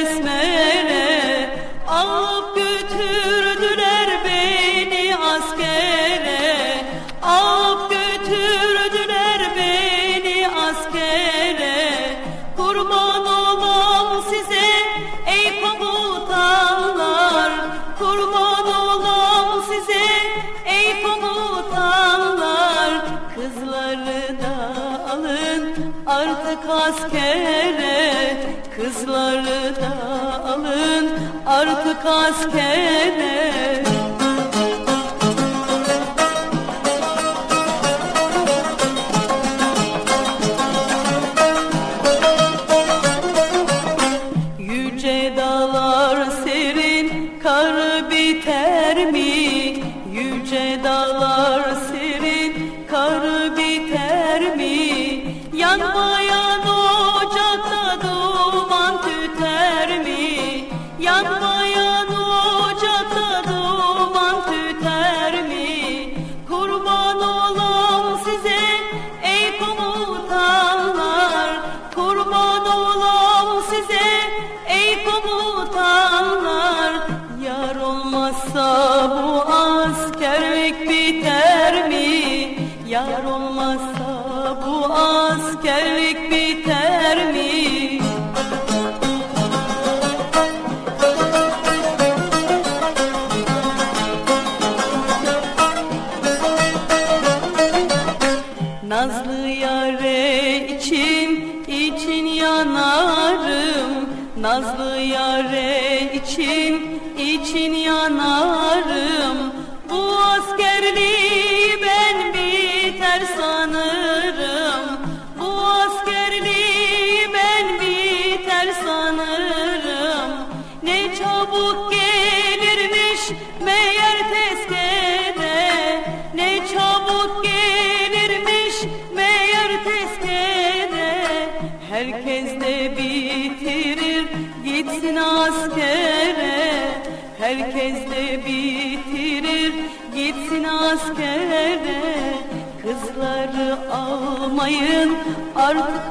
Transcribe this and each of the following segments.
besmele, alıp götürdüler beni askere, alıp götürdüler beni askere. Kurban olam size ey komutanlar, kurban olam size ey komutanlar. Kızları da alın artık askere, kızları da alın artık askere. Yüce dağlar serin, kar biter mi? Yüce dağlar serin, kar biter mi? Yanmayan ocakta duman tüter mi? Yanmayan ocakta duman tüter mi? Kurban olam size ey komutanlar, kurban olam size ey komutanlar. Yar olmazsa bu askerlik biter mi? Yar olmazsa bu askerlik biter mi? Nazlı yare için yanarım, nazlı yare için yanarım. Bu askerliği ben biter sanırım, bu askerliği ben biter sanırım. Ne çabuk gelirmiş meğer tezkere, ne çabuk gelirmiş meğer tezkere. Herkes de bitirir gitsin askere, herkes de bitirir gitsin askere. Kızları almayın artık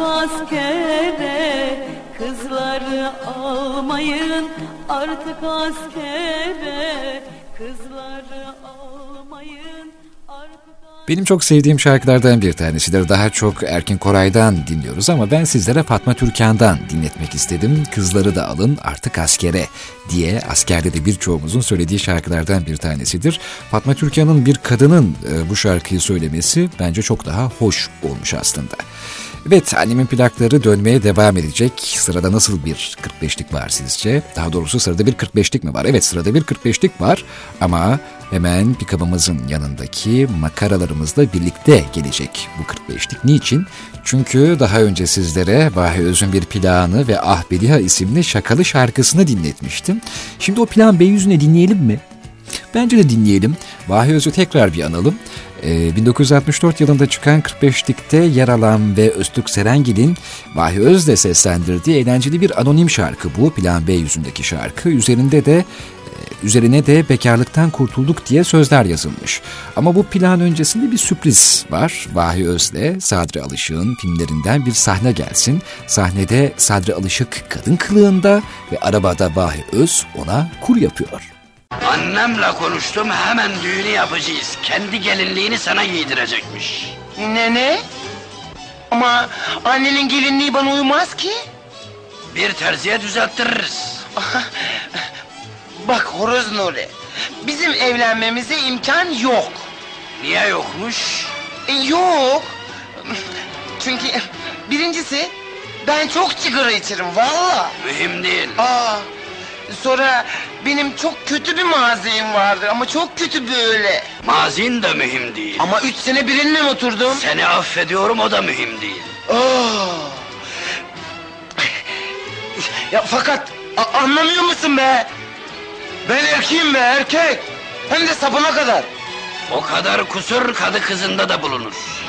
askere, kızları almayın artık askere, kızları almayın artık askere. Benim çok sevdiğim şarkılardan bir tanesidir. Daha çok Erkin Koray'dan dinliyoruz ama ben sizlere Fatma Türkan'dan dinletmek istedim. Kızları da alın artık askere diye, askerde de birçoğumuzun söylediği şarkılardan bir tanesidir. Fatma Türkan'ın bir kadının bu şarkıyı söylemesi bence çok daha hoş olmuş aslında. Evet, annemin plakları dönmeye devam edecek. Sırada nasıl bir 45'lik var sizce? Daha doğrusu sırada bir 45'lik mi var? Evet, sırada bir 45'lik var ama hemen pikabımızın yanındaki makaralarımızla birlikte gelecek bu 45'lik. Niçin? Çünkü daha önce sizlere Vahi Öz'ün bir planı ve Ah Bediha isimli şakalı şarkısını dinletmiştim. Şimdi o plan Beyüzü'ne dinleyelim mi? Bence de dinleyelim. Vahi Öz'ü tekrar bir analım. 1964 yılında çıkan 45'likte yer alan ve Öztürk Serengil'in Vahi Öz'le seslendirdiği eğlenceli bir anonim şarkı bu. Plan B yüzündeki şarkı. Üzerine de bekarlıktan kurtulduk diye sözler yazılmış. Ama bu plan öncesinde bir sürpriz var. Vahi Öz'le Sadri Alışık'ın filmlerinden bir sahne gelsin. Sahnede Sadri Alışık kadın kılığında ve arabada Vahi Öz ona kur yapıyor. Annemle konuştum, hemen düğünü yapacağız. Kendi gelinliğini sana giydirecekmiş. Ne? Ama annenin gelinliği bana uymaz ki. Bir terziye düzelttiririz. Bak Horoz Nuri, bizim evlenmemize imkan yok. Niye yokmuş? Yok. Çünkü birincisi ben çok sigara içerim valla. Mühim değil. Sonra benim çok kötü bir mazim vardır ama çok kötü böyle. Mazin de mühim değil. Ama 3 sene birininle oturdum. Seni affediyorum, o da mühim değil. Ya fakat anlamıyor musun be? Ben erkeğim be, erkek. Hem de sapına kadar. O kadar kusur kadı kızında da bulunur.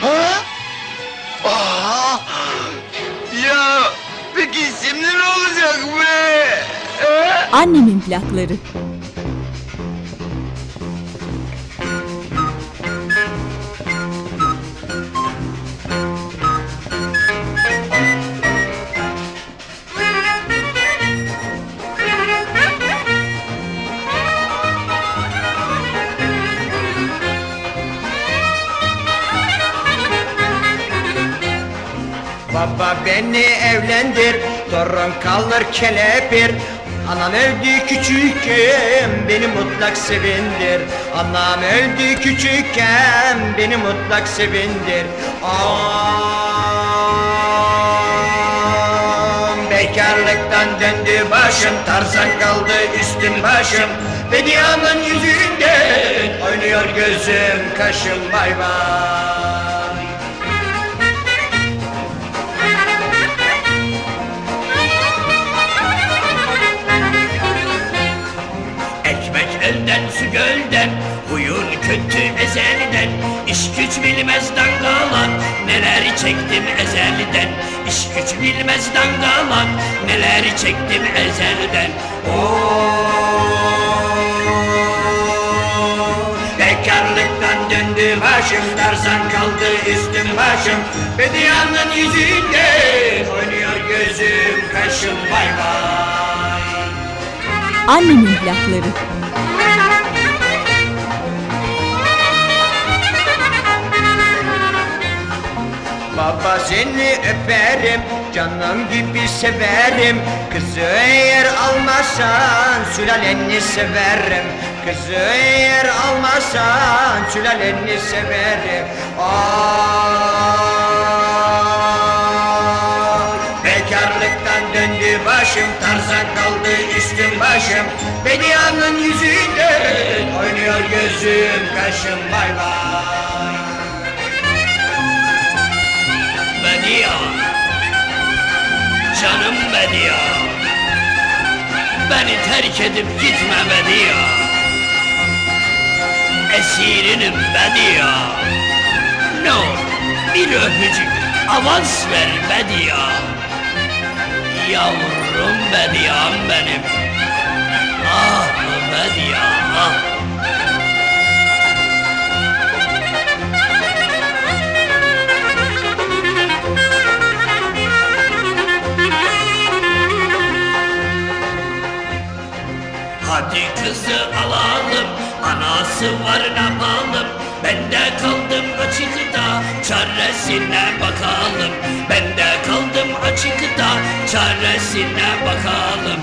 Ya peki şimdi ne olacak be? Annemin plakları. beni evlendir, torun kalır kelepir. Anam öldü küçükken beni mutlak sevindir. Anam öldü küçükken beni mutlak sevindir. Bekarlıktan döndü başım, tarzan kaldı üstüm başım. Bedianın yüzünden oynuyor gözüm kaşım, vay vay. Ekmek elden su gölden, huyun kötü ezelden. İş güç bilmez dangalak, neler çektim ezelden. İş güç bilmez dangalak, neler çektim ezelden. Bekarlıktan döndü başım, tarzan kaldı üstüm başım. Bedianın yüzünde oynuyor gözüm kaşım, vay vay. Annemin plakları. Baba seni öperim, canım gibi severim. Kızı eğer almazsan sülaleni severim. Kızı eğer almazsan sülaleni severim. Bekarlıktan döndü başım, tarzan kaldı üstüm başım. Bedianın yüzünden oynuyor gözüm kaşım, vay vay. Bedia, canım Bedia, beni terk edip gitme Bedia. Esirinim Bedia, ne olur bir öpücük avans ver Bedia. Yavrum Bedia'm benim, ah Bedia, ah. Hadi kızı alalım, anası var ne yapalım. Bende kaldım açıkta, çaresine bakalım. Bende kaldım açıkta, çaresine bakalım.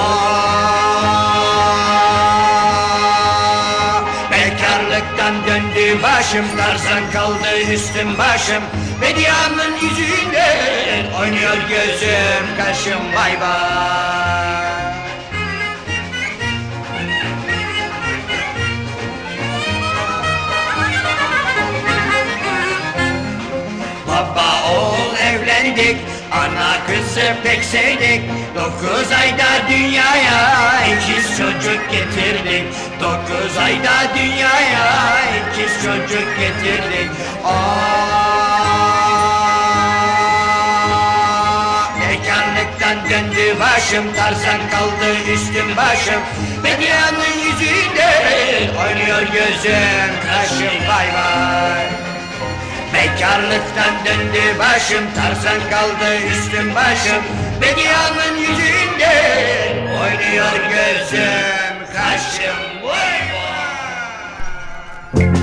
Bekarlıktan döndü başım, tarzan kaldı üstüm başım. Bedianın yüzünden oynuyor gözüm kaşım, vay vay. Baba oğul evlendik, ana kızı pek sevdik. 9 ayda dünyaya ikiz çocuk getirdik. 9 ayda dünyaya ikiz çocuk getirdik. Bekarlıktan döndü başım, tarzan kaldı üstüm başım. Bedianın yüzünden oynuyor gözüm kaşım, vay vay. Bekarlıktan döndü başım, tarzan kaldı üstüm başım. Bedianın yüzünden oynuyor gözüm kaşım, vay vay.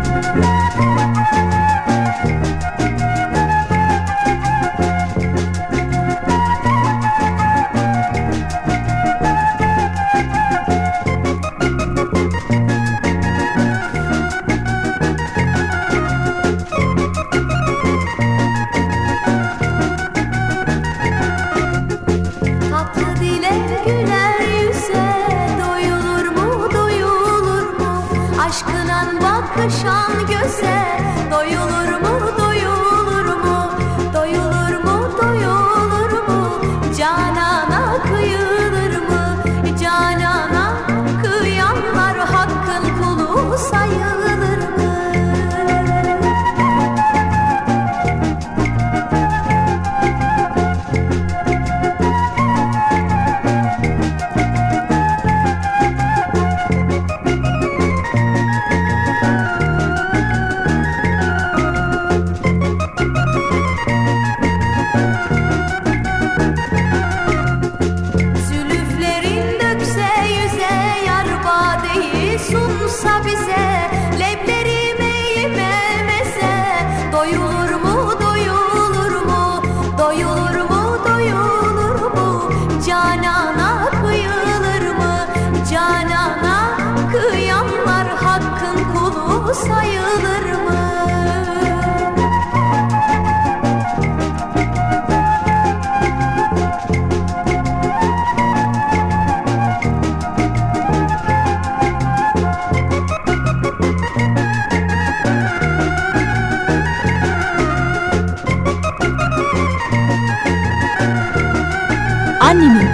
Bakışan göze doyulur mu, doyulur mu, doyulur mu, doyulur mu? Canana kıyılır mı, canana kıyanlar hakkın kulu sayılır mı?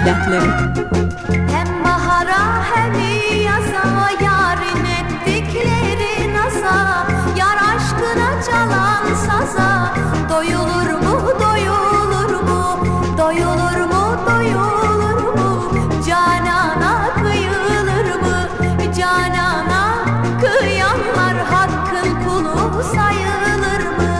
plakları. Hem bahara hem yaza yarın ettikleri naza, yar aşkına çalan saza, doyulur mu doyulur mu, doyulur mu doyulur mu, canana kıyılır mı, canana kıyanlar hakkın kulu sayılır mı?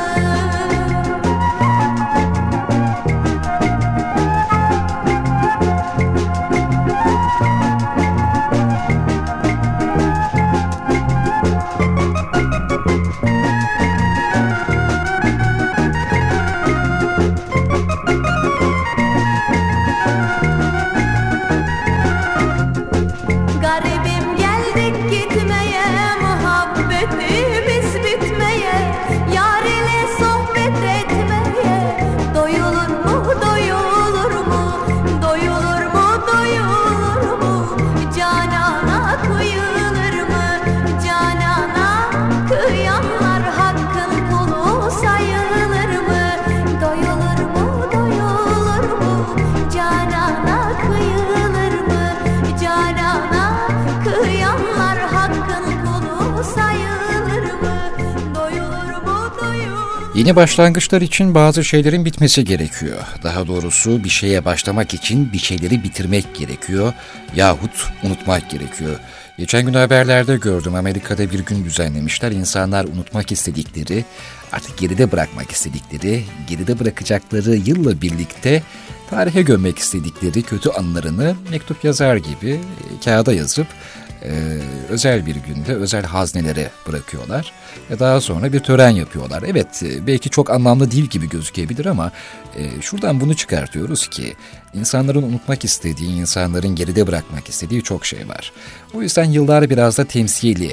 Garibim geldik gitmeye, muhabbetimiz bitmeye, yar ile sohbet etmeye, doyulur mu doyulur mu, doyulur mu doyulur mu, canana kıyılır mı, canana kıyanlar hakkın kulu sayılır mı, doyulur mu doyulur mu, canana kıyılır mı, canana kıyanlar hakkın kulu sayılır mı, doyulur mu doyulur. Yeni başlangıçlar için bazı şeylerin bitmesi gerekiyor. Daha doğrusu bir şeye başlamak için bir şeyleri bitirmek gerekiyor yahut unutmak gerekiyor. Geçen gün haberlerde gördüm, Amerika'da bir gün düzenlemişler. İnsanlar unutmak istedikleri, artık geride bırakmak istedikleri, geride bırakacakları yılla birlikte tarihe gömmek istedikleri kötü anılarını mektup yazar gibi kağıda yazıp özel bir günde özel haznelere bırakıyorlar ve daha sonra bir tören yapıyorlar. Evet, belki çok anlamlı değil gibi gözükebilir ama şuradan bunu çıkartıyoruz ki insanların unutmak istediği, insanların geride bırakmak istediği çok şey var. O yüzden yıllar biraz da temsili,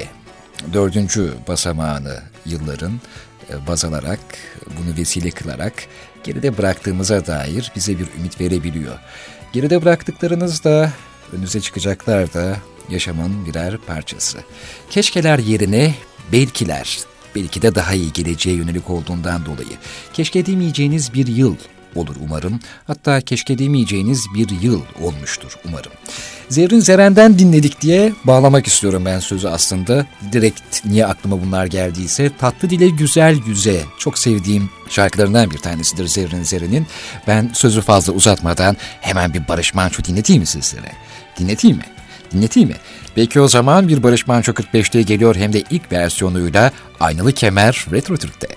4. basamağını yılların baz alarak, bunu vesile kılarak geride bıraktığımıza dair bize bir ümit verebiliyor. Geride bıraktıklarınız da, önünüze çıkacaklar da yaşamın birer parçası. Keşkeler yerine belkiler, belki de daha iyi geleceğe yönelik olduğundan dolayı keşke demeyeceğiniz bir yıl olur umarım. Hatta keşke demeyeceğiniz bir yıl olmuştur umarım. Zerrin Zeren'den dinledik diye bağlamak istiyorum ben sözü aslında. Direkt niye aklıma bunlar geldiyse, Tatlı Dile Güzel Yüze çok sevdiğim şarkılarından bir tanesidir Zerrin Zeren'in. Ben sözü fazla uzatmadan hemen bir Barış Manço dinleteyim mi sizlere? Dinleteyim mi? Peki o zaman bir Barış Manço 45'te geliyor, hem de ilk versiyonuyla Aynalı Kemer Retro Türk'te.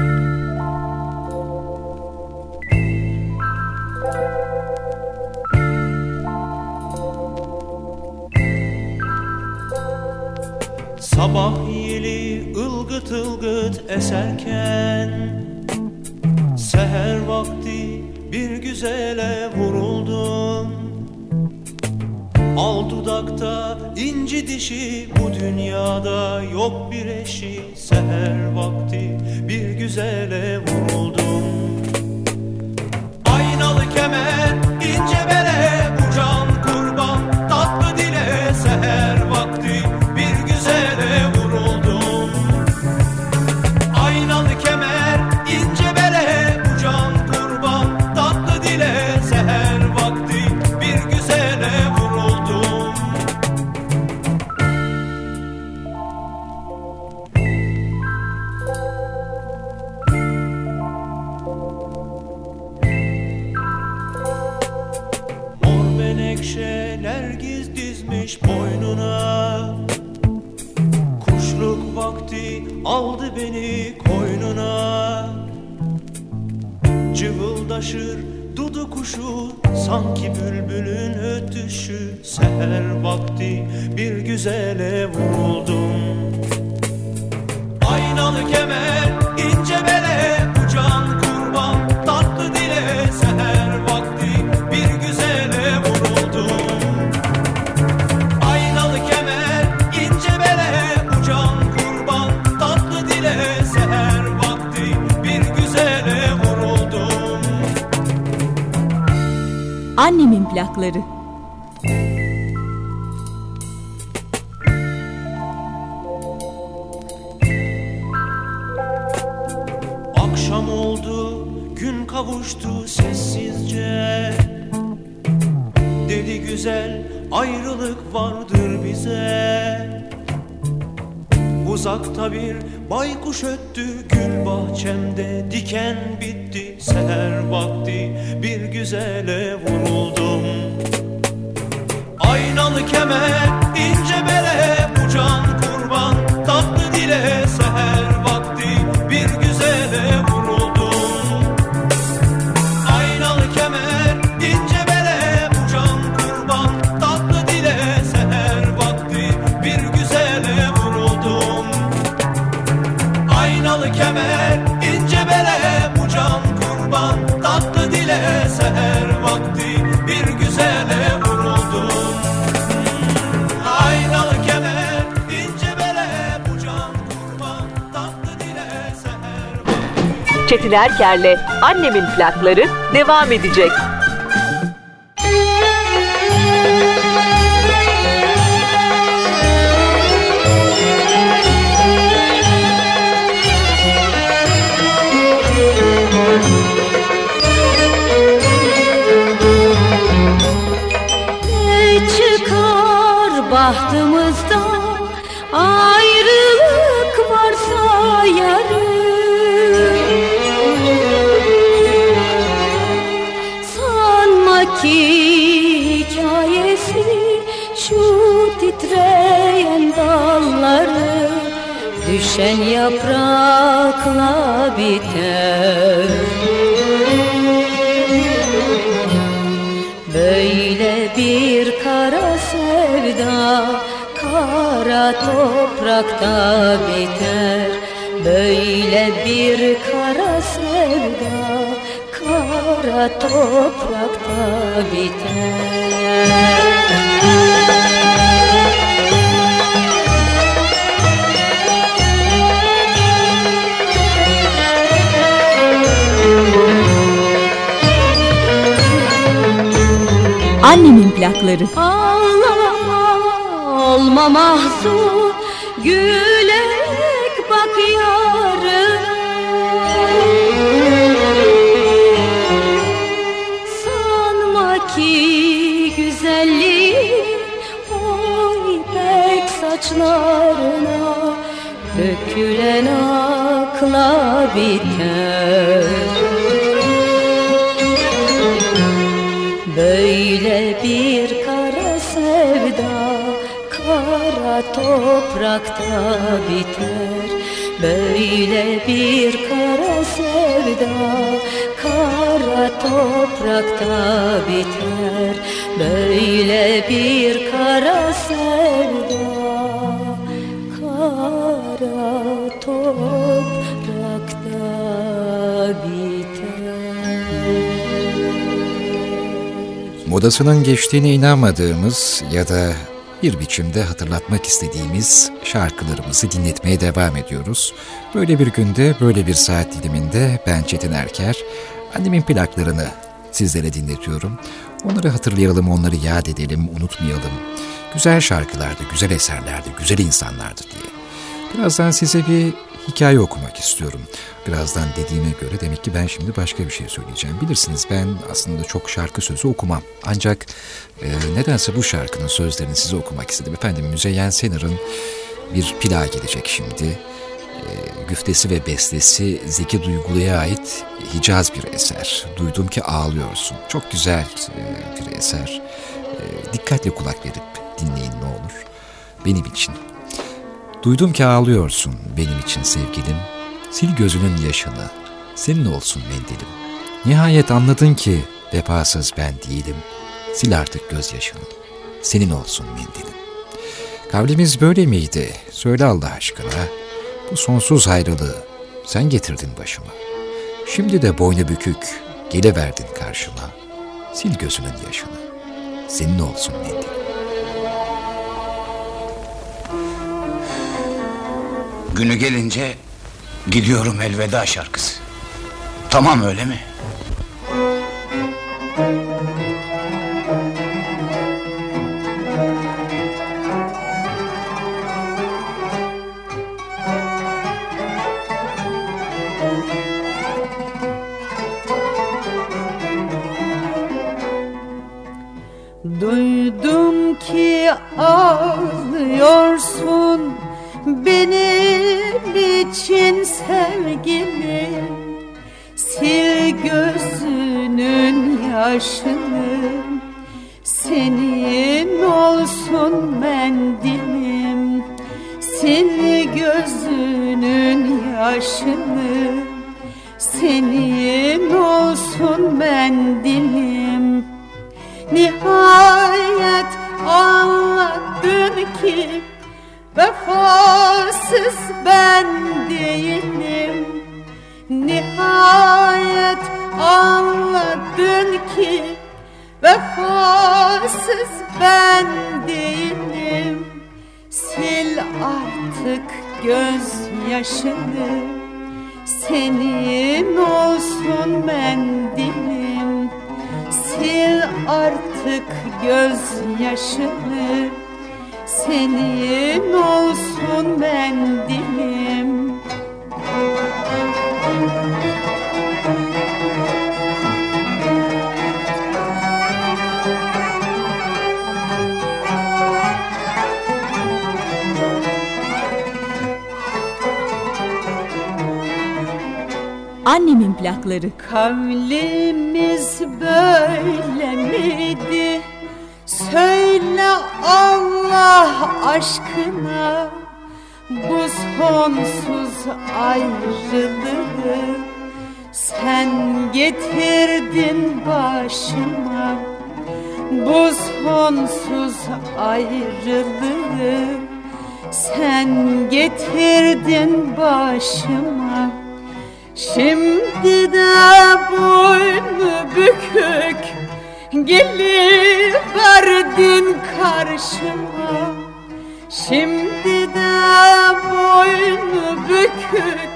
Sabah yeli ılgıt ılgıt eserken, seher vakti bir güzele vuruldum. Al dudakta inci dişi, bu dünyada yok bir eşi. Seher vakti bir güzele vuruldum. Aynalı kemer, ince bere, bu can kurban, tatlı dile. Seher vakti bir güzele vuruldum. Aynalı kemer, ince bere, bu can kurban, tatlı dile. Seher vakti bir güzele vuruldum. Mor menekşe nergiz dizmiş boynuna, kuşluk vakti aldı beni koynuna. Cıvıldaşır dudu kuşu, sanki bülbülün ötüşü. Seher vakti bir güzele vuruldum. Aynalı kemer, ince bele, bu can kurban, tatlı dile. Seher vakti bir güzele vuruldum. Aynalı kemer, ince bele, bu can kurban, tatlı dile. Seher vakti bir güzele vuruldum. Annemin plakları. Akşam oldu, gün kavuştu sessizce. güzel ayrılık vardır bize. Uzakta bir baykuş öttü gül bahçemde, diken bitti seher vakti, bir güzele vuruldum. Aynalı kemer, ince bere, bu can kurban, tatlı dile seher vakti, bir güzele vuruldum. Aynalı kemer, ince bere, bu can kurban, tatlı dile seher vakti, bir güzele vuruldum. Aynalı kemer, ince bere, bu can kurban, tatlı dile seher vakti, bir güzele vuruldum. Aynalı kemer, ince bere, bu can kurban, tatlı dile seher vakti. Çetin Erker'le Annemin Plakları devam edecek. Bahtımızda ayrılık varsa yarın, sanma ki hikayesi şu titreyen dalları, düşen yaprakla biter. Böyle bir kara sevda kara toprakta biter. Böyle bir kara sevda kara toprakta biter. Annemin Plakları. Ağlama, olma mahzun, gülerek bak yarına. Sanma ki güzelliği o ipek saçlarına, dökülen akla biter. Böyle bir kara sevda kara toprakta biter. Böyle bir kara sevda kara toprakta biter. Böyle bir kara sevda kara toprakta biter. Modasının geçtiğine inanmadığımız ya da bir biçimde hatırlatmak istediğimiz şarkılarımızı dinletmeye devam ediyoruz. Böyle bir günde, böyle bir saat diliminde ben Çetin Erker, Annemin Plaklarını sizlere dinletiyorum. Onları hatırlayalım, onları yad edelim, unutmayalım. Güzel şarkılardı, güzel eserlerdi, güzel insanlardı diye. Birazdan size bir hikaye okumak istiyorum. Birazdan dediğime göre demek ki ben şimdi başka bir şey söyleyeceğim. Bilirsiniz ben aslında çok şarkı sözü okumam. Ancak nedense bu şarkının sözlerini size okumak istedim. Efendim Müzeyyen Senar'ın bir plağı gelecek şimdi. Güftesi ve bestesi Zeki Duygulu'ya ait Hicaz bir eser. Duydum ki ağlıyorsun. Çok güzel bir eser. Dikkatle kulak verip dinleyin ne olur. Benim için. Duydum ki ağlıyorsun benim için sevgilim. Sil gözünün yaşını, senin olsun mendilim. Nihayet anladın ki vefasız ben değilim. Sil artık gözyaşını, senin olsun mendilim. Kavlimiz böyle miydi? Söyle Allah aşkına. Bu sonsuz hayrılığı sen getirdin başıma. Şimdi de boynu bükük geliverdin karşıma. Sil gözünün yaşını, senin olsun mendilim. Günü gelince gidiyorum elveda şarkısı. Tamam öyle mi? Duydum Duydum ki ağlıyorsun benim için sevgilim. Sil gözünün yaşını, senin olsun mendilim. Sil gözünün yaşını, senin olsun mendilim. Nihayet anladın ki vefasız ben değilim. Nihayet anladın ki vefasız ben değilim. Sil artık gözyaşını, senin olsun mendilim. Sil artık gözyaşını, senin olsun mendilim. Annemin plakları. Kavlimiz böyle miydi? Söyle Allah aşkına, bu sonsuz ayrılığı sen getirdin başıma. Bu sonsuz ayrılığı sen getirdin başıma. Şimdi de boynu bükük geliverdin karşıma. Şimdi de boynu bükük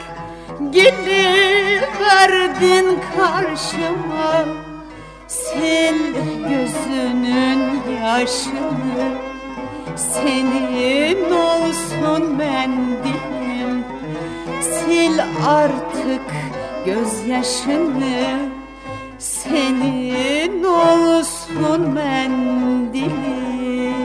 geliverdin karşıma. Sil gözünün yaşını, senin olsun mendilim. Sil artık gözyaşını, senin olsun mendilim.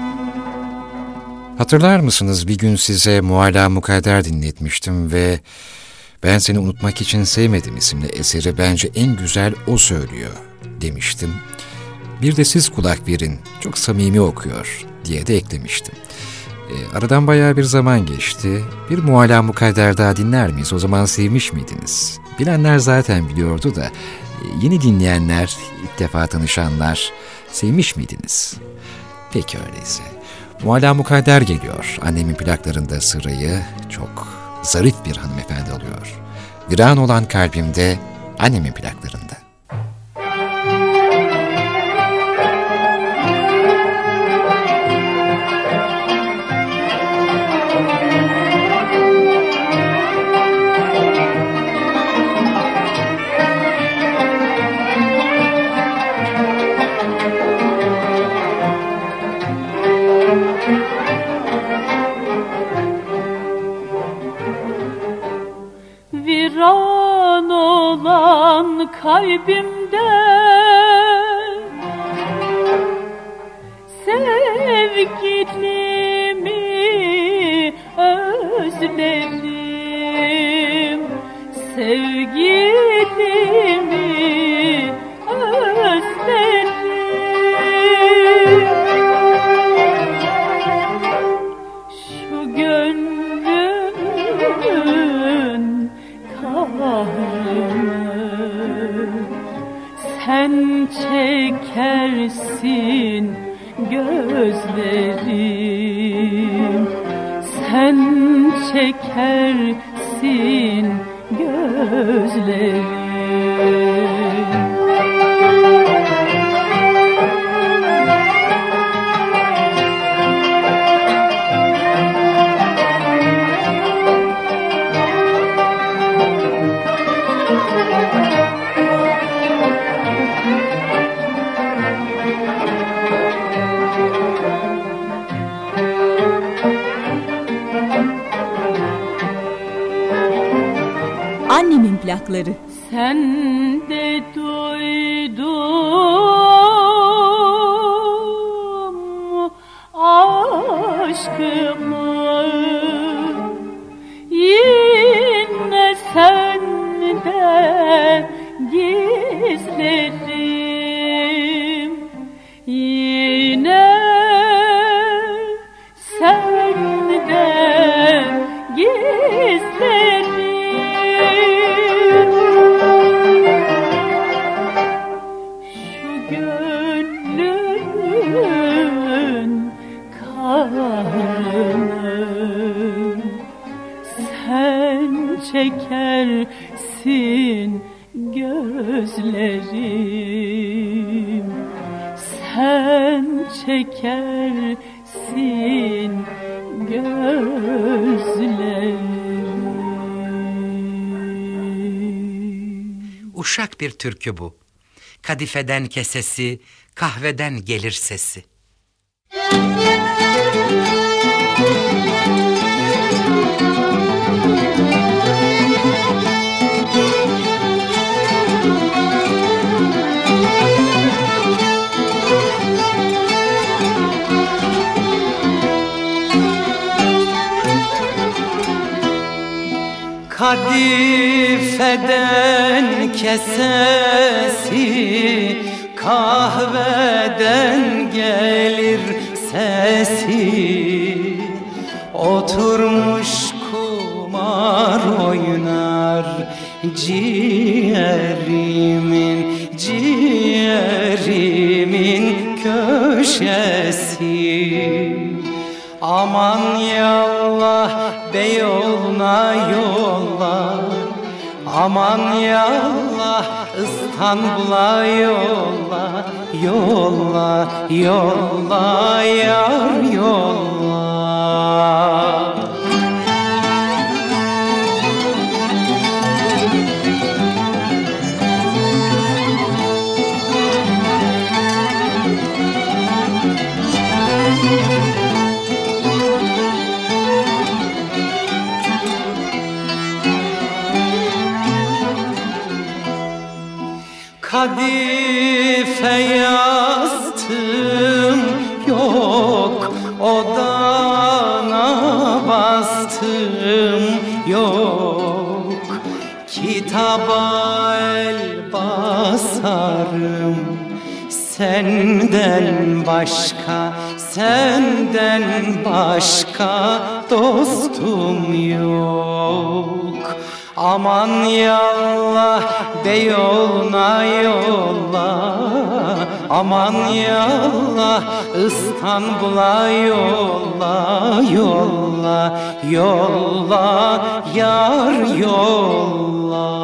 Hatırlar mısınız, bir gün size Mualla Mukadder dinletmiştim ve "Ben seni unutmak için sevmedim" isimli eseri bence en güzel o söylüyor demiştim. Bir de siz kulak verin, çok samimi okuyor diye de eklemiştim. Aradan bayağı bir zaman geçti. Bir Mualla Mukadder daha dinler miyiz? O zaman sevmiş miydiniz? Bilenler zaten biliyordu da yeni dinleyenler, ilk defa tanışanlar sevmiş miydiniz? Peki öyleyse. Mualla Mukadder geliyor. Annemin plaklarında sırayı çok zarif bir hanımefendi alıyor. Viran olan kalbimde, annemin plaklarında. Viran olan kalbimde sevgilimi özledim, sevgilimi özledim. Şu gönlümün kahrını sen çekersin gözlerim, sen çekersin gözlerim. Annemin plakları. Sen de duydum aşkımı yine senden gizlerim, yine senden gizlerim. Şu gönlümün kahrını sen çekersin gözlerim, sen çekersin gözlerim. Uşak bir türkü bu. Kadifeden kesesi, kahveden gelir sesi. Kadifeden kesesi, kahveden gelir sesi. Oturmuş kumar oynar ciğerimin köşesi. Aman yallah Beyoğlu'na yolla, aman yallah İstanbul'a yolla, yolla, yolla yar yolla. Kadife yastım yok, odana bastım yok. Kitaba el basarım, senden başka dostum yok. Aman yallah Beyoğlu'na yolla, aman yallah İstanbul'a yolla, yolla, yolla yar yolla.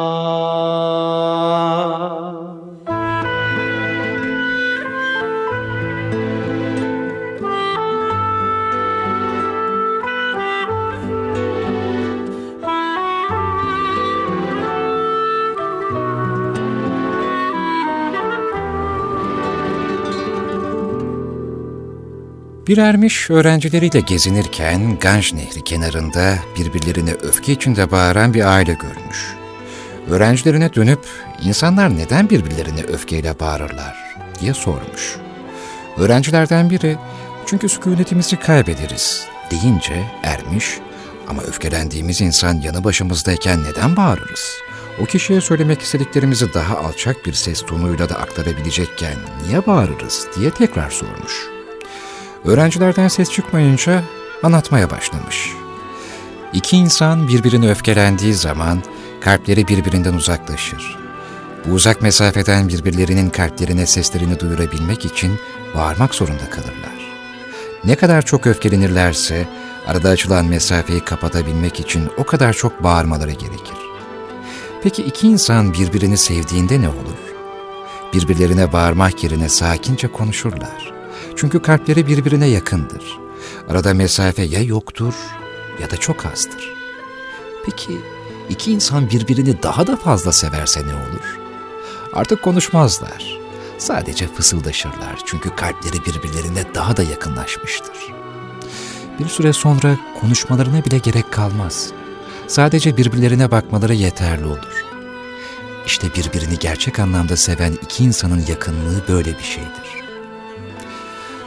Bir ermiş öğrencileriyle gezinirken Ganj Nehri kenarında birbirlerine öfke içinde bağıran bir aile görmüş. Öğrencilerine dönüp insanlar neden birbirlerine öfkeyle bağırırlar diye sormuş. Öğrencilerden biri çünkü sükunetimizi kaybederiz deyince ermiş, ama öfkelendiğimiz insan yanı başımızdayken neden bağırırız? O kişiye söylemek istediklerimizi daha alçak bir ses tonuyla da aktarabilecekken niye bağırırız diye tekrar sormuş. Öğrencilerden ses çıkmayınca anlatmaya başlamış. İki insan birbirine öfkelendiği zaman kalpleri birbirinden uzaklaşır. Bu uzak mesafeden birbirlerinin kalplerine seslerini duyurabilmek için bağırmak zorunda kalırlar. Ne kadar çok öfkelenirlerse arada açılan mesafeyi kapatabilmek için o kadar çok bağırmaları gerekir. Peki iki insan birbirini sevdiğinde ne olur? Birbirlerine bağırmak yerine sakince konuşurlar. Çünkü kalpleri birbirine yakındır. Arada mesafe ya yoktur ya da çok azdır. Peki iki insan birbirini daha da fazla severse ne olur? Artık konuşmazlar. Sadece fısıldaşırlar çünkü kalpleri birbirlerine daha da yakınlaşmıştır. Bir süre sonra konuşmalarına bile gerek kalmaz. Sadece birbirlerine bakmaları yeterli olur. İşte birbirini gerçek anlamda seven iki insanın yakınlığı böyle bir şeydir.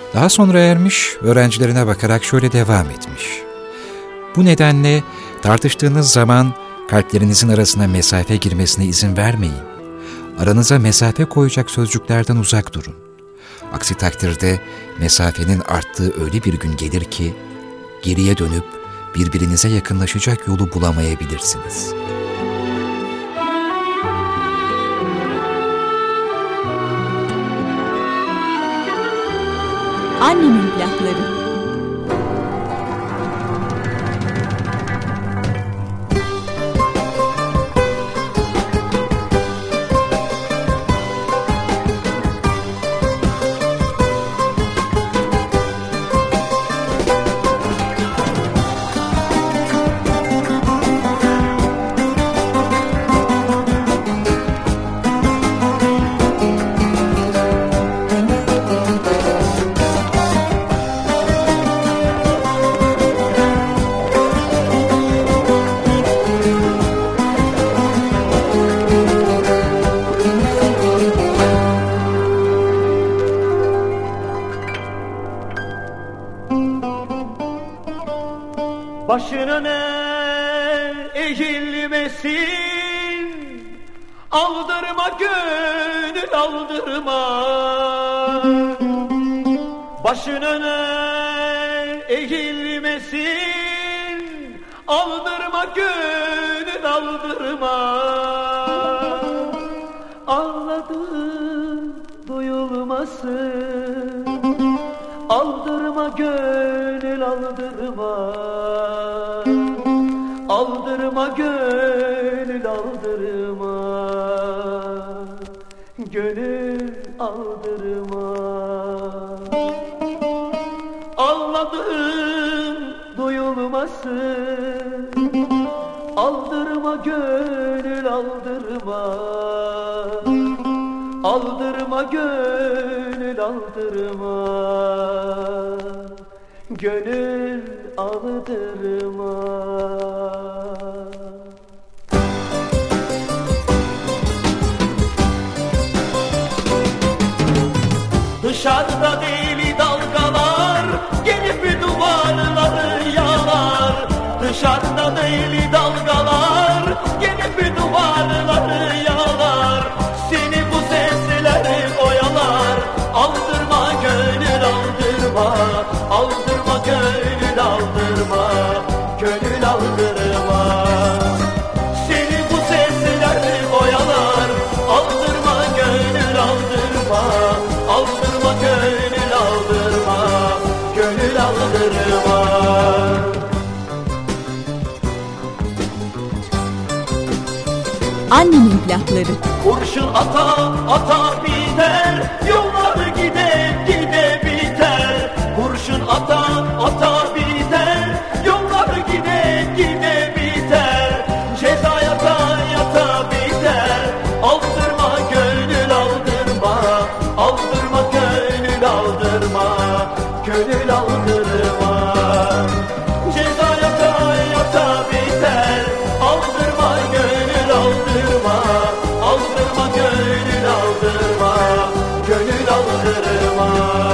Daha sonra ermiş, öğrencilerine bakarak şöyle devam etmiş. Bu nedenle tartıştığınız zaman kalplerinizin arasına mesafe girmesine izin vermeyin. Aranıza mesafe koyacak sözcüklerden uzak durun. Aksi takdirde mesafenin arttığı öyle bir gün gelir ki, geriye dönüp birbirinize yakınlaşacak yolu bulamayabilirsiniz. Annemin plakları. Başına ne eğilmesin, aldırma gönül aldırma. Başına ne eğilmesin, aldırma gönül aldırma. Ağladım duyulmasın, aldırma gönül aldırma. Aldırma gönül aldırma. Gönül aldırma. Ağladım duyulmasın, aldırma gönül aldırma. Aldırma gönül aldırma. Gönül aldırma. Dışarıda deli dalgalar gelip duvarları yalar. Dışarıda deli dalgalar gelip duvarları yalar. Seni bu sesler oyalar. Aldırma gönül aldırma. Aldırma gönül aldırma. Gönül aldırma. Seni bu sesler oyalar. Aldırma gönül aldırma. Aldırma gönül aldırma. Gönül aldırma. Annemin plakları. Kurşun ata ata biter, yollar gide gide biter. Kurşun ata ata biter, yollar gide gide biter. Ceza yata yata biter. Aldırma gönül aldırma. Aldırma gönül aldırma. Gönül aldırma. Ceza yata yata biter. Aldırma gönül aldırma. Aldırma gönül aldırma. Gönül aldırma.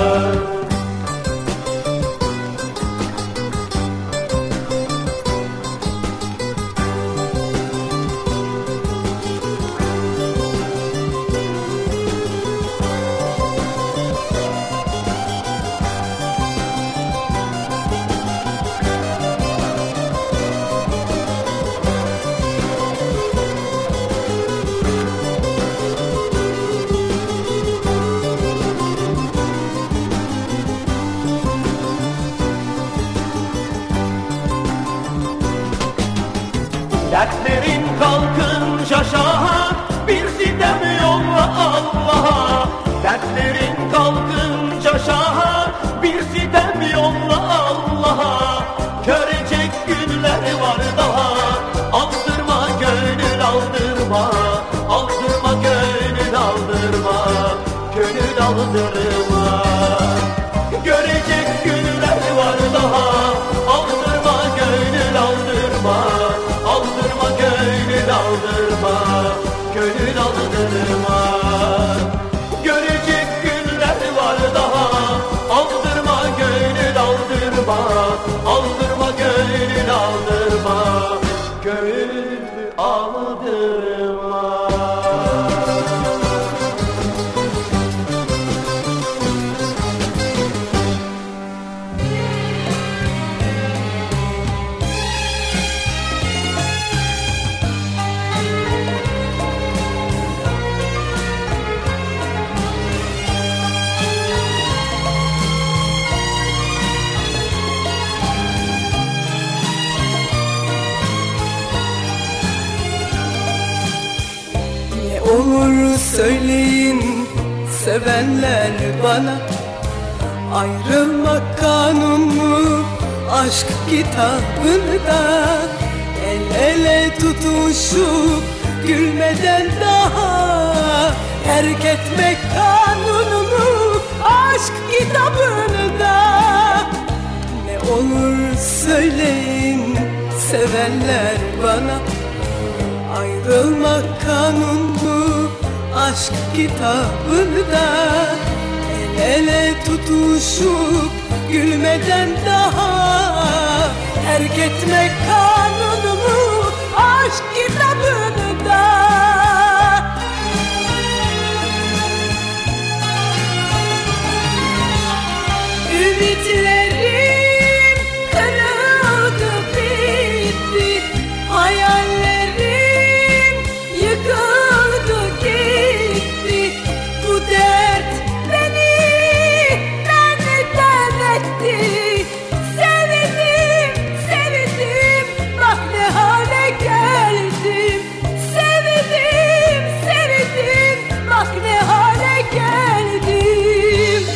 Dertlerin kalkınca şaha, bir sitem yolla Allah'a. Dertlerin kalkınca şaha, bir sitem yolla Allah'a. Görecek günler var daha. Aldırma gönül aldırma. Aldırma gönül aldırma. Gönül aldırma. Görecek günler var daha. Aldırma gönül aldırma. Aldırma gönül aldırma. aldırma, aldırma gönül aldırma, gönül aldırma. Olur söyleyin sevenler bana, ayrılmak kanun mu aşk kitabında? El ele tutuşup gülmeden daha terk etmek kanun mu aşk kitabında? Ne olur söyleyin sevenler bana, ayrılmak kanun mu aşk kitabında? El ele tutuşup gülmeden daha terk etmek kanun mu aşk kitabında? Ümitlerim kırıldı bitti, hayallerim yıkıldı gitti. Bu dert beni benden etti. Sevdim, sevdim, bak ne hale geldim. Sevdim, sevdim, bak ne hale geldim.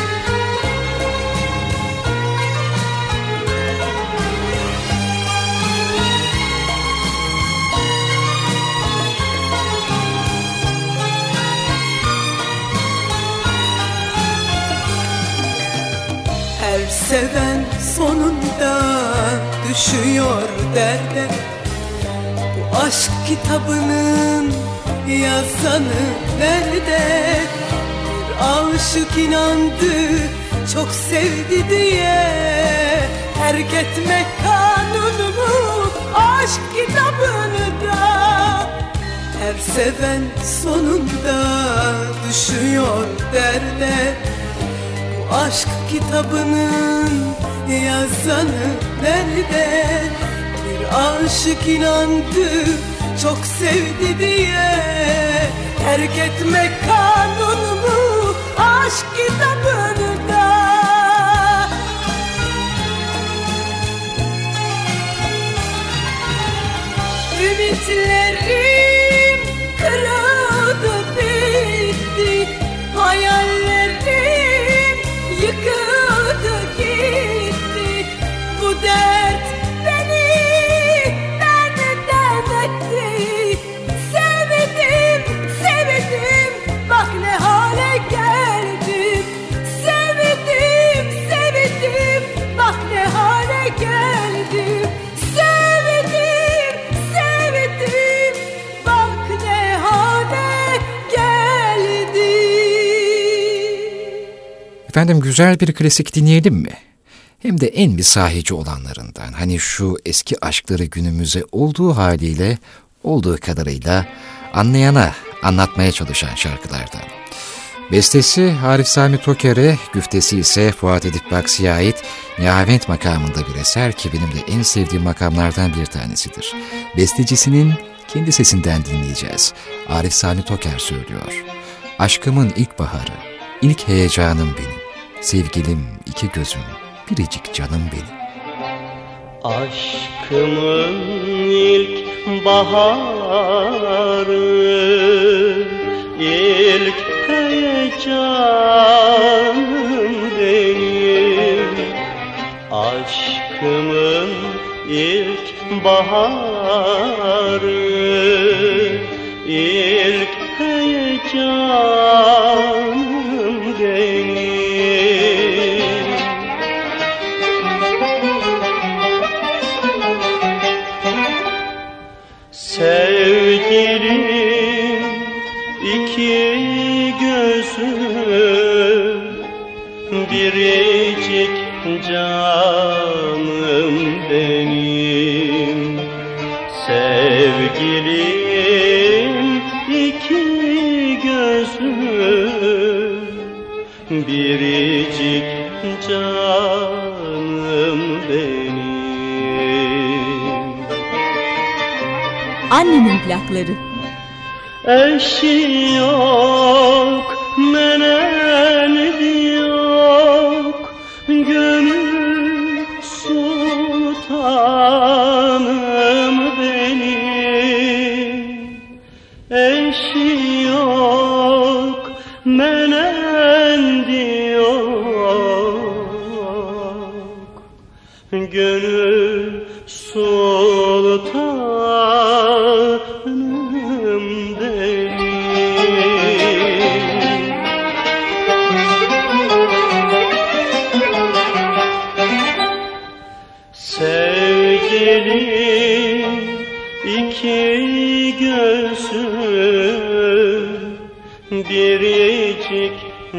Her seven sonunda düşüyor derde. Bu aşk kitabının yazanı nerede? Bir aşık inandı, çok sevdi diye terk etmek kanun mu aşk kitabını da? Her seven sonunda düşüyor derde. Bu aşk kitabının yazanı nerede? Bir aşık inandı, çok sevdi diye terk etmek kanun mu aşk kitabını da? Ümitlerim kırıldı bitti, hayallerim yıkıldı gitti. Bu dert beni benden etti. Sevdim, sevdim, bak ne hale geldim. Sevdim, sevdim, bak ne hale geldim. Sevdim, sevdim, bak ne hale geldim. Efendim, güzel bir klasik dinleyelim mi? Hem de en misahici olanlarından. Hani şu eski aşkları günümüze olduğu haliyle, olduğu kadarıyla anlayana anlatmaya çalışan şarkılardan. Bestesi Arif Sami Toker'e, güftesi ise Fuat Edip Baksi'ye ait Nihavent makamında bir eser ki benim de en sevdiğim makamlardan bir tanesidir. Bestecisinin kendi sesinden dinleyeceğiz. Arif Sami Toker söylüyor. Aşkımın ilk baharı, ilk heyecanım benim. Sevgilim iki gözüm, biricik canım benim. Aşkımın ilk baharı, ilk heyecanım benim. Aşkımın ilk baharı, ilk heyecanım benim. Sevgilim iki gözüm, biricik canım benim, sevgilim iki gözüm, biricik canım benim. Annemin plakları. Eşi yok, meneni yok, gönül sultanım benim. Eşi yok, menendi yok, gönül sultanım benim. Sevgilim iki gözüm, biricik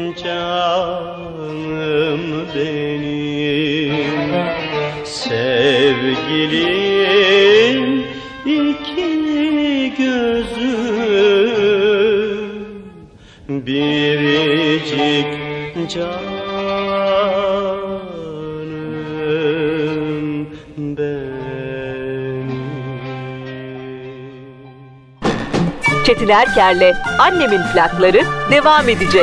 canım benim. Sevgilim iki gözüm, biricik canım benim. Çetin Erker'le Annemin plakları devam edecek.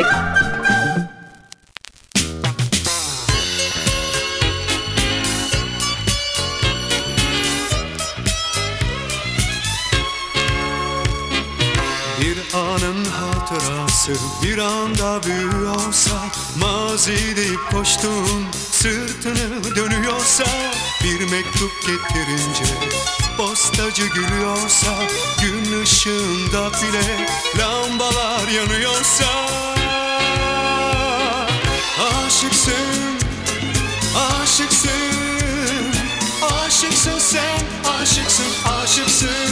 Bir anın hatırası bir anda büyüyorsa, mazi deyip koştun sırtını dönüyorsa, bir mektup getirince postacı gülüyorsa, gün ışığında bile lambalar yanıyorsa, aşıksın, aşıksın, aşıksın sen, aşıksın, aşıksın,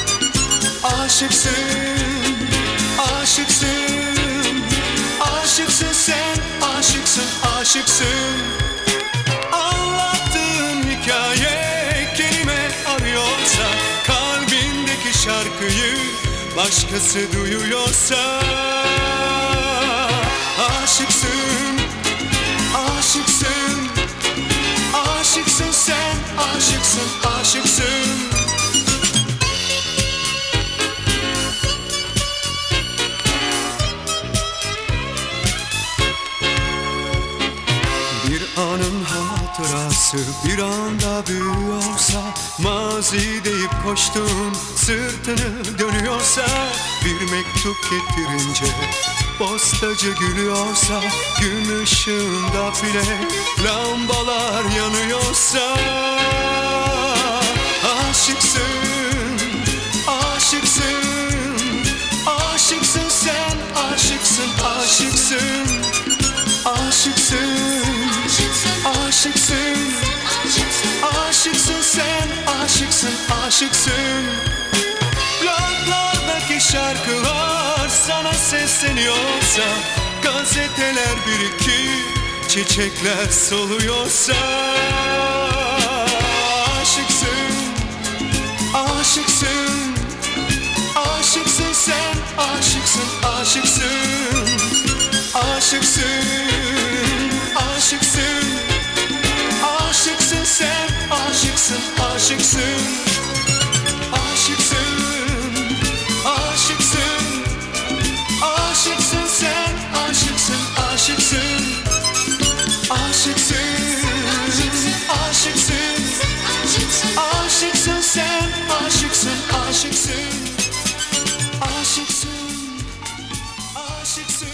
aşıksın, aşıksın, aşıksın sen, aşıksın, aşıksın. Anlattığın hikaye kelime arıyorsa, kalbindeki şarkıyı başkası duyuyorsa, aşıksın, aşıksın, aşıksın sen, aşıksın, aşıksın. Anın hatırası bir anda büyüyorsa, mazi deyip koştun sırtını dönüyorsa, bir mektup getirince postacı gülüyorsa, gün ışığında bile lambalar yanıyorsa, aşıksın, aşıksın, aşıksın sen, aşıksın, aşıksın, aşıksın, aşıksın, aşıksın sen, aşıksın, aşıksın. Plaklardaki şarkılar sana sesleniyorsa, gazeteler birikip çiçekler soluyorsa, aşıksın, aşıksın, aşıksın sen, aşıksın, aşıksın, aşıksın, aşıksın, aşıksın sen, aşıksın, aşıksın, aşıksın, aşıksın, aşıksın sen, aşıksın, aşıksın, aşıksın, aşıksın, aşıksın sen, aşıksın, aşıksın, aşıksın, aşıksın.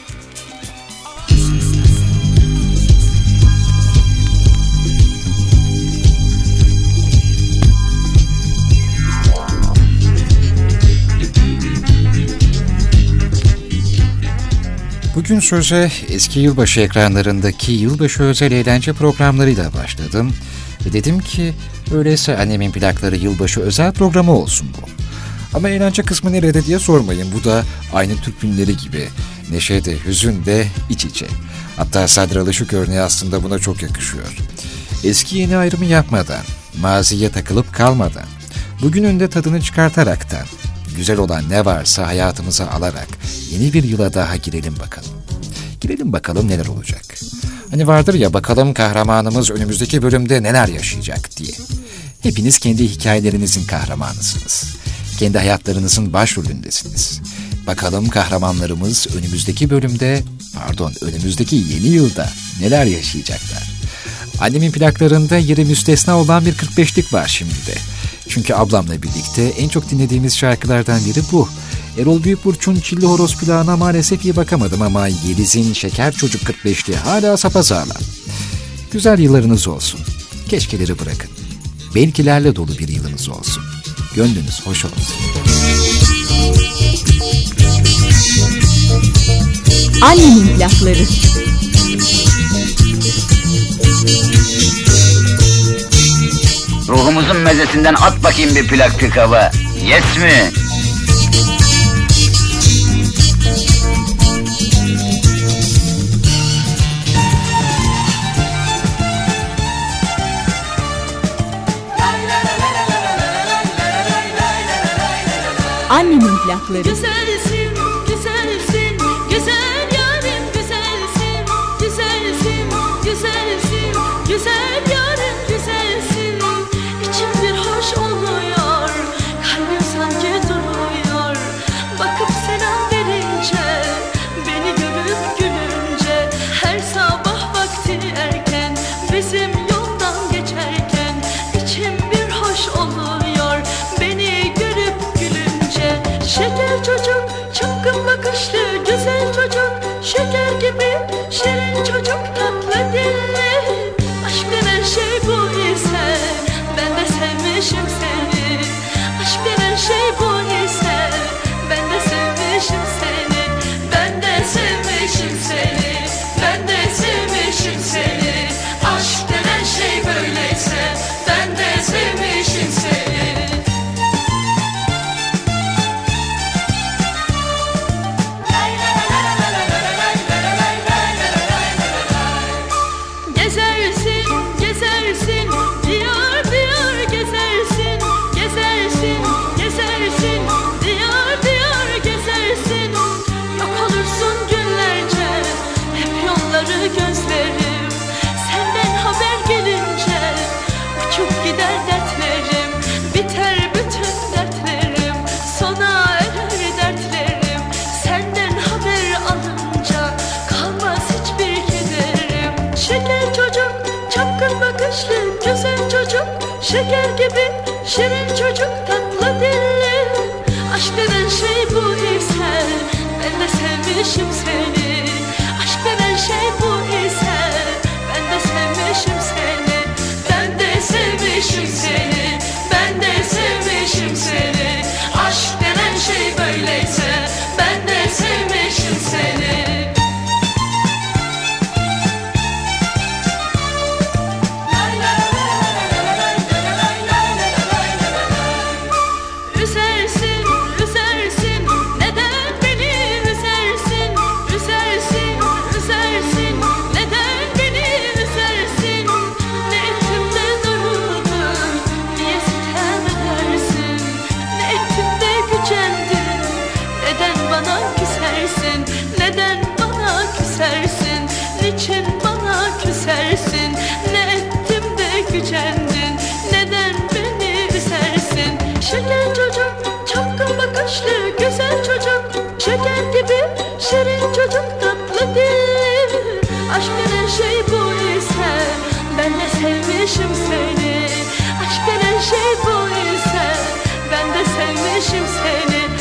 Bugün söze eski yılbaşı ekranlarındaki yılbaşı özel eğlence programlarıyla başladım. Ve dedim ki öyleyse Annemin plakları yılbaşı özel programı olsun bu. Ama eğlence kısmı nerede diye sormayın. Bu da aynı Türk filmleri gibi neşe de hüzün de iç içe. Hatta Sadri Alışık örneği aslında buna çok yakışıyor. Eski yeni ayrımı yapmadan, maziye takılıp kalmadan, bugünün de tadını çıkartaraktan, güzel olan ne varsa hayatımıza alarak yeni bir yıla daha girelim bakalım. Girelim bakalım neler olacak. Hani vardır ya, bakalım kahramanımız önümüzdeki bölümde neler yaşayacak diye. Hepiniz kendi hikayelerinizin kahramanısınız. Kendi hayatlarınızın başrolündesiniz. Bakalım kahramanlarımız önümüzdeki yeni yılda neler yaşayacaklar. Annemin plaklarında yeri müstesna olan bir 45'lik var şimdi de. Çünkü ablamla birlikte en çok dinlediğimiz şarkılardan biri bu. Erol Büyükburç'un Çilli Horoz plağına maalesef iyi bakamadım ama Yeliz'in Şeker Çocuk 45'li hala sapasağlam. Güzel yıllarınız olsun. Keşkeleri bırakın. Belkilerle dolu bir yılınız olsun. Gönlünüz hoş olsun. Annemin plakları. Ruhumuzun mezesinden at bakayım bir plak pikava. Yes mi? Annemin plakları. Güzelsin, güzelsin, güzel yarim güzelsin, güzelsin, güzelsin, güzel yarim güzelsin. İçim bir hoş oluyor, kalbim sanki duruyor. Bakıp selam verince, beni görüp gülünce, her sabah vakti erken, bizim yoldan geçerken, içim bir hoş oluyor, beni görüp gülünce. Şeker çocuk, çapkın bakışlı, güzel çocuk, şeker gibi, şirin çocuk, tatlı dilli. Aşk denen şey bu ise, ben de sevmişim seni. Aşk denen şey bu ise, ben de sevmişim seni. Ben de sevmişim seni, ben de sevmişim seni. Aşk denen şey böyleyse, ben de sevmişim seni. Gezersin, gezersin, diyar diyar gezersin, gezersin, gezersin, diyar diyar gezersin. Yok olursun günlerce, hep yolları gözlerim. Senden haber gelince, uçup gider dertlerim. Biter bütün dertlerim, sona erer dertlerim. Senden haber alınca, kalmaz hiçbir kederim. Şeker çocuk, çapkın bakışlı, güzel çocuk, şeker gibi, şirin çocuk, tatlı dilli. Aşk denen şey bu ise, ben de sevmişim seni. Aşk denen şey bu ise, ben de sevmişim seni. Ben de sevmişim seni, ben de sevmişim seni. Aşk denen şey böyleyse, ben de sevmişim seni. Üzersin, üzersin, neden beni üzersin? Üzersin, üzersin, neden beni üzersin? Ne ettim de darıldın, niye sitem edersin? Ne ettim de gücendin, neden bana küsersin? Neden bana küsersin? Niçin bana küsersin? Ne ettim de gücendin, neden beni üzersin? Şeker çocuk, çapkın bakışlı, güzel çocuk, şeker gibi, şirin çocuk, tatlı dilli. Aşk denen şey bu ise, ben de sevmişim seni. Aşk denen şey bu ise, ben de sevmişim seni.